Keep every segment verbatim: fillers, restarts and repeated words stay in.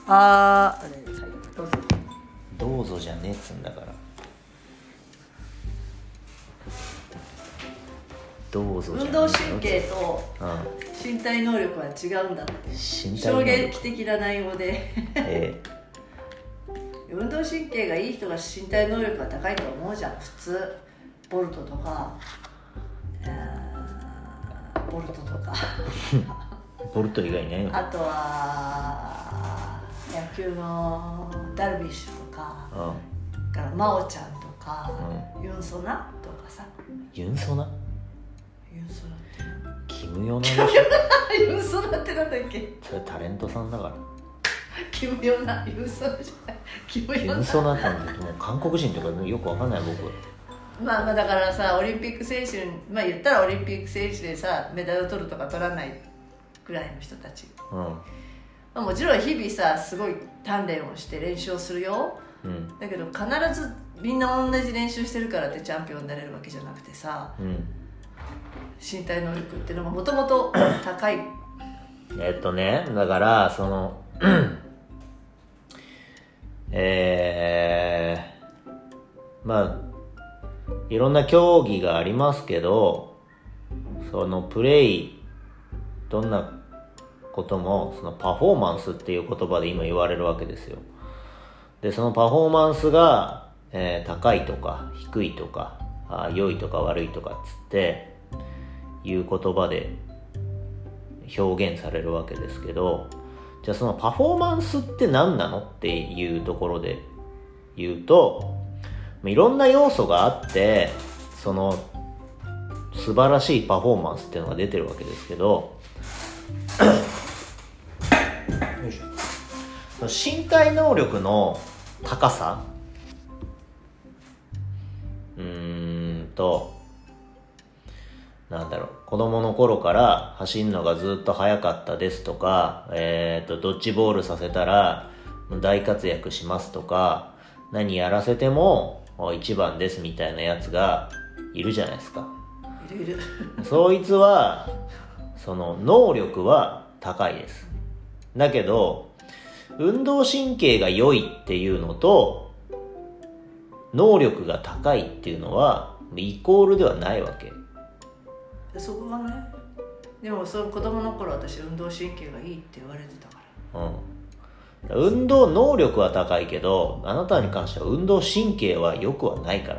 あー、あれ、はい、どうぞ。 どうぞじゃねえっつんだから。どうぞじゃねえ。 運動神経と身体能力は違うんだって、 うん、 衝撃的な内容で、 えー、運動神経がいい人が身体能力が高いと思うじゃん。普通ボルトとか、えー、ボルトとかボルト以外ないの。 あとは野球のダルビッシュとか、うん、から真央ちゃんとか、うん、ユンソナとかさ。 ユンソナユンソナってキムヨナでしょユンソナってなんだっけ。 それタレントさんだから。 キムヨナ、ユンソナじゃない、キムヨナ。 ユンソナってもう韓国人とかよくわかんない僕。 まあまあだからさ、オリンピック選手、まあ言ったらオリンピック選手でさ、メダルを取るとか取らないぐらいの人たち、うん、まあ、もちろん日々さすごい鍛錬をして練習をするよ、うん、だけど必ずみんな同じ練習してるからってチャンピオンになれるわけじゃなくてさ、うん、身体能力っていうのがもともと高いえっとねだからそのえー、まあいろんな競技がありますけど、そのプレイどんなこともそのパフォーマンスっていう言葉で今言われるわけですよ。でそのパフォーマンスが、えー、高いとか低いとかあ良いとか悪いとかっつっていう言葉で表現されるわけですけど、じゃあそのパフォーマンスって何なのっていうところで言うと、いろんな要素があってその素晴らしいパフォーマンスっていうのが出てるわけですけどよいしょ、身体能力の高さ、うーんとなんだろう、子供の頃から走るのがずっと速かったですとか、えーとドッジボールさせたら大活躍しますとか、何やらせても一番ですみたいなやつがいるじゃないですか。 いるいるそいつはその能力は高いです。だけど運動神経が良いっていうのと能力が高いっていうのはイコールではないわけ。 そこがね、でもその子供の頃私運動神経がいいって言われてたから、 うん、運動能力は高いけどあなたに関しては運動神経は良くはないから。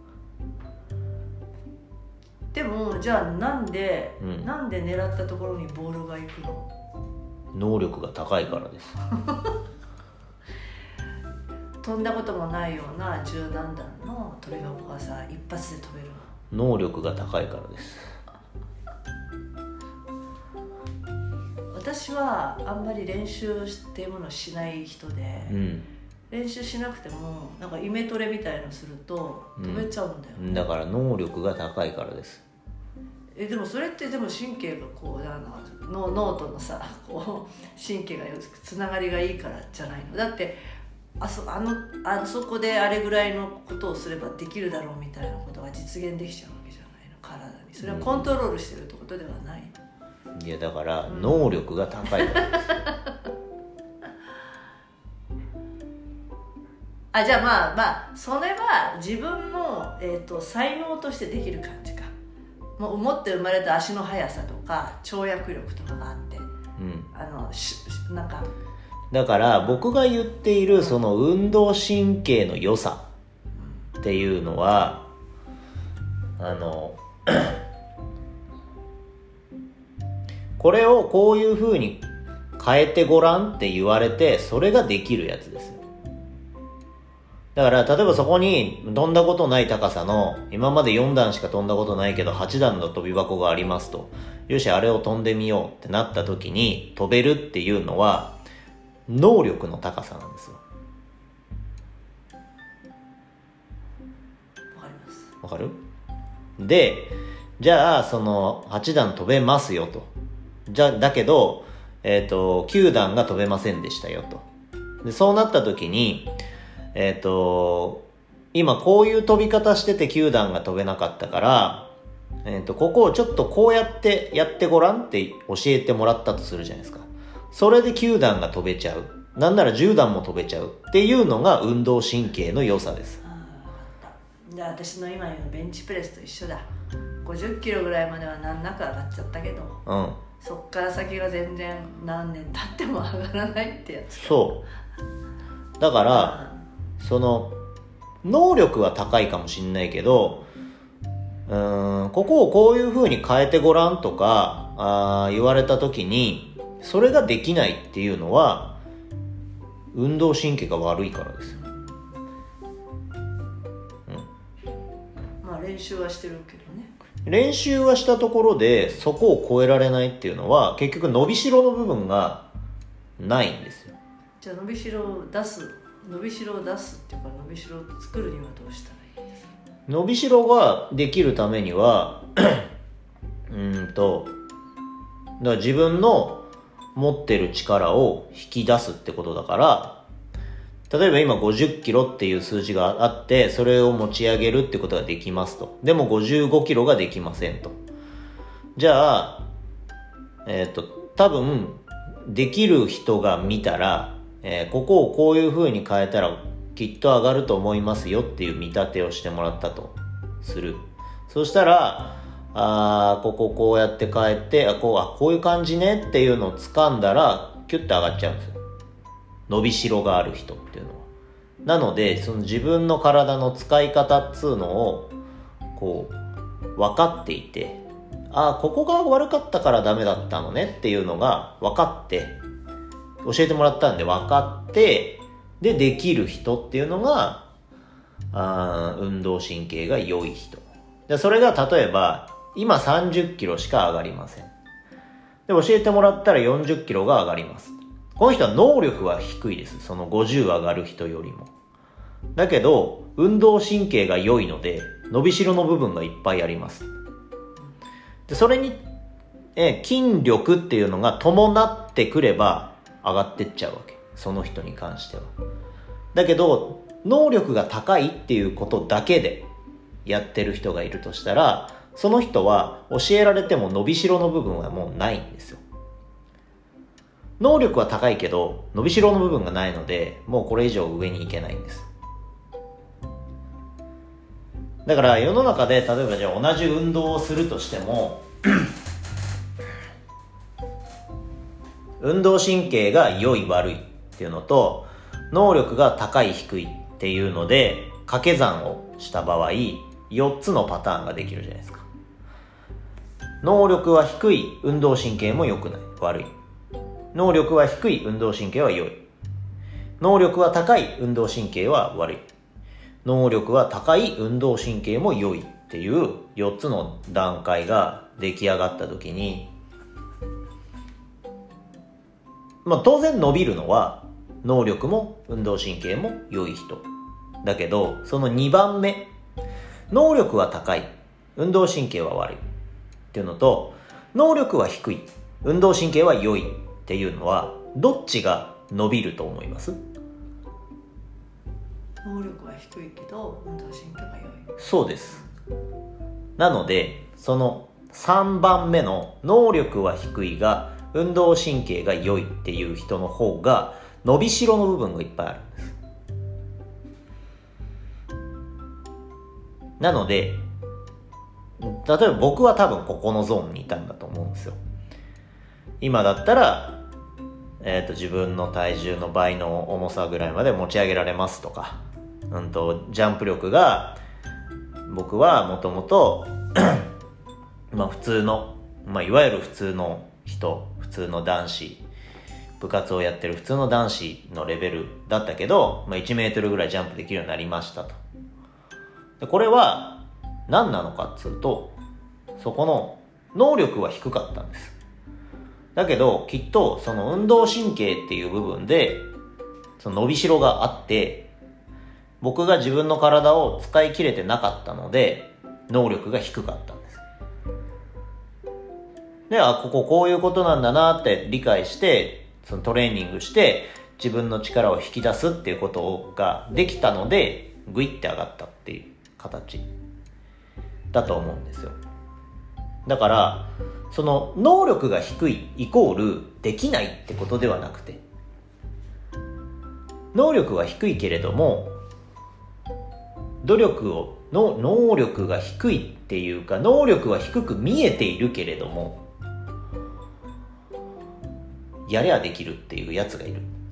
でもじゃあなんで、うん、なんで狙ったところにボールが行くの？ 能力が高いからです飛んだこともないような十何段の鳥箱がさ一発で飛べるの？能力が高いからです。 私はあんまり練習っていうものをしない人で、うん、練習しなくてもなんかイメトレみたいのすると飛べちゃうんだよ、ね、 うん、だから能力が高いからです。 えでもそれってでも神経がこうあの脳とのさこう神経がつながりがいいからじゃないの？だってあそ、あの、あそこであれぐらいのことをすればできるだろうみたいなことが実現できちゃうわけじゃないの、体に。それはコントロールしてるってことではないの、 うん、いやだから能力が高いからです、 うん、あじゃあまあまあそれは自分の、えーと、才能としてできる感じか。もう持って生まれた足の速さとか跳躍力とかがあって、うん、あのしなんかだから僕が言っているその運動神経の良さっていうのはあのこれをこういう風に変えてごらんって言われてそれができるやつですよ。だから例えばそこに飛んだことない高さの今までよん段しか飛んだことないけどはち段の飛び箱がありますと、よしあれを飛んでみようってなった時に飛べるっていうのは能力の高さなんですよ。 わかります。 わかる？で、じゃあそのはち段飛べますよと。じゃだけどえっときゅう段が飛べませんでしたよと。でそうなった時にえっと今こういう飛び方しててきゅう段が飛べなかったから、えっとここをちょっとこうやってやってごらんって教えてもらったとするじゃないですか。それできゅう段が飛べちゃうなんならじゅうだんも飛べちゃうっていうのが運動神経の良さです。 ああ、分かった。じゃあ私の今言うベンチプレスと一緒だ。ごじゅっキロぐらいまでは難なく上がっちゃったけど、 うん、 そっから先が全然何年経っても上がらないってやつ。 そうだから、うん、その能力は高いかもしんないけど、うーんここをこういう風に変えてごらんとかあ言われた時にそれができないっていうのは運動神経が悪いからです。 練習はしてるけどね。 練習はしたところでそこを超えられないっていうのは結局伸びしろの部分がないんですよ。 じゃあ伸びしろを出す伸びしろを出すっていうか伸びしろを作るにはどうしたらいいんですか？ 伸びしろができるためにはうんとだから自分の持ってる力を引き出すってことだから、例えば今ごじゅっキロっていう数字があってそれを持ち上げるってことができますと。でもごじゅうごキロができませんと。じゃあえっと多分できる人が見たら、えー、ここをこういう風に変えたらきっと上がると思いますよっていう見立てをしてもらったとする。そしたらあこここうやって変えてあこうあこういう感じねっていうのを掴んだらキュッと上がっちゃうんですよ、伸びしろがある人っていうのは。なのでその自分の体の使い方っつうのをこう分かっていて、ああここが悪かったからダメだったのねっていうのが分かって教えてもらったんで分かってでできる人っていうのがあ運動神経が良い人で、それが例えば今さんじゅっキロしか上がりませんで教えてもらったらよんじゅっキロが上がります。この人は能力は低いです。そのごじゅう上がる人よりも。だけど運動神経が良いので伸びしろの部分がいっぱいあります。でそれにえ筋力っていうのが伴ってくれば上がってっちゃうわけ、その人に関しては。だけど能力が高いっていうことだけでやってる人がいるとしたら、その人は教えられても伸びしろの部分はもうないんですよ。能力は高いけど伸びしろの部分がないのでもうこれ以上上に行けないんです。だから世の中で例えばじゃあ同じ運動をするとしても運動神経が良い悪いっていうのと能力が高い低いっていうので掛け算をした場合よっつのパターンができるじゃないですか。能力は低い運動神経も良くない悪い、能力は低い運動神経は良い、能力は高い運動神経は悪い、能力は高い運動神経も良いっていうよっつの段階が出来上がった時に、まあ当然伸びるのは能力も運動神経も良い人だけど、そのにばんめ能力は高い運動神経は悪いっていうのと能力は低い運動神経は良いっていうのはどっちが伸びると思います？ 能力は低いけど運動神経が良い。 そうです。なのでそのさんばんめの能力は低いが運動神経が良いっていう人の方が伸びしろの部分がいっぱいあるんです。なので例えば僕は多分ここのゾーンにいたんだと思うんですよ。今だったら、えーと、自分の体重の倍の重さぐらいまで持ち上げられますとか、うんと、ジャンプ力が僕はもともとまあ普通の、まあ、いわゆる普通の人、普通の男子、部活をやってる普通の男子のレベルだったけど、まあ、いちメートルぐらいジャンプできるようになりましたと。でこれは何なのかっつうと、そこの能力は低かったんです。だけどきっとその運動神経っていう部分でその伸びしろがあって、僕が自分の体を使い切れてなかったので能力が低かったんです。で、あ、こここういうことなんだなって理解して、そのトレーニングして自分の力を引き出すっていうことができたのでグイって上がったっていう形だと思うんですよ。だからその能力が低いイコールできないってことではなくて、 能力は低いけれども努力をの能力が低いっていうか能力は低く見えているけれどもやりゃできるっていうやつがいる。